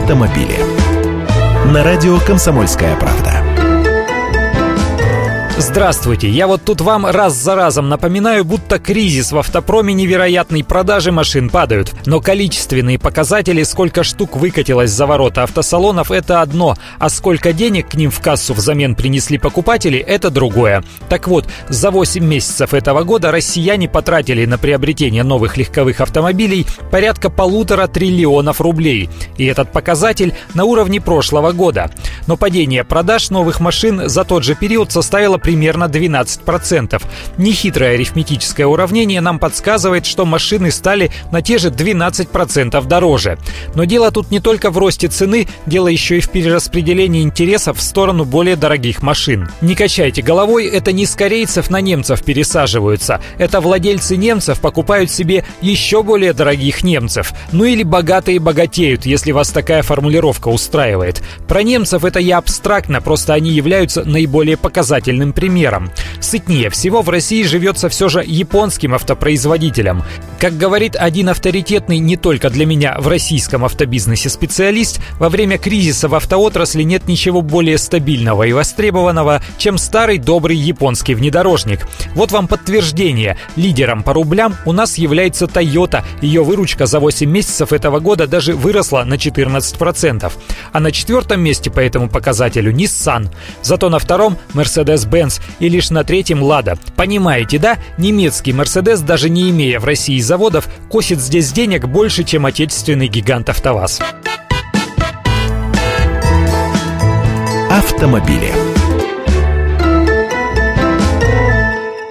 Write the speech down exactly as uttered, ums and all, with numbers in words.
автомобили. На радио «Комсомольская правда». Здравствуйте, я вот тут вам раз за разом напоминаю, будто кризис в автопроме невероятный, продажи машин падают. Но количественные показатели, сколько штук выкатилось за ворота автосалонов, это одно, а сколько денег к ним в кассу взамен принесли покупатели, это другое. Так вот, за восемь месяцев этого года россияне потратили на приобретение новых легковых автомобилей порядка полутора триллионов рублей. И этот показатель на уровне прошлого года. Но падение продаж новых машин за тот же период составило примерно двенадцать процентов. Нехитрое арифметическое уравнение нам подсказывает, что машины стали на те же двенадцать процентов дороже. Но дело тут не только в росте цены, дело еще и в перераспределении интересов в сторону более дорогих машин. Не качайте головой, это не с корейцев на немцев пересаживаются. Это владельцы немцев покупают себе еще более дорогих немцев. Ну или богатые богатеют, если вас такая формулировка устраивает. Про немцев это я абстрактно, просто они являются наиболее показательным примером. Сытнее всего в России живется все же японским автопроизводителям. Как говорит один авторитетный не только для меня в российском автобизнесе специалист, во время кризиса в автоотрасли нет ничего более стабильного и востребованного, чем старый добрый японский внедорожник. Вот вам подтверждение. Лидером по рублям у нас является Toyota. Ее выручка за восемь месяцев этого года даже выросла на четырнадцать процентов. А на четвертом месте по этому показателю Nissan. Зато на втором Mercedes-Benz и лишь на третьем Lada. Понимаете, да? Немецкий Mercedes, даже не имея в России заводов, косит здесь денег больше, чем отечественный гигант АвтоВАЗ. Автомобили.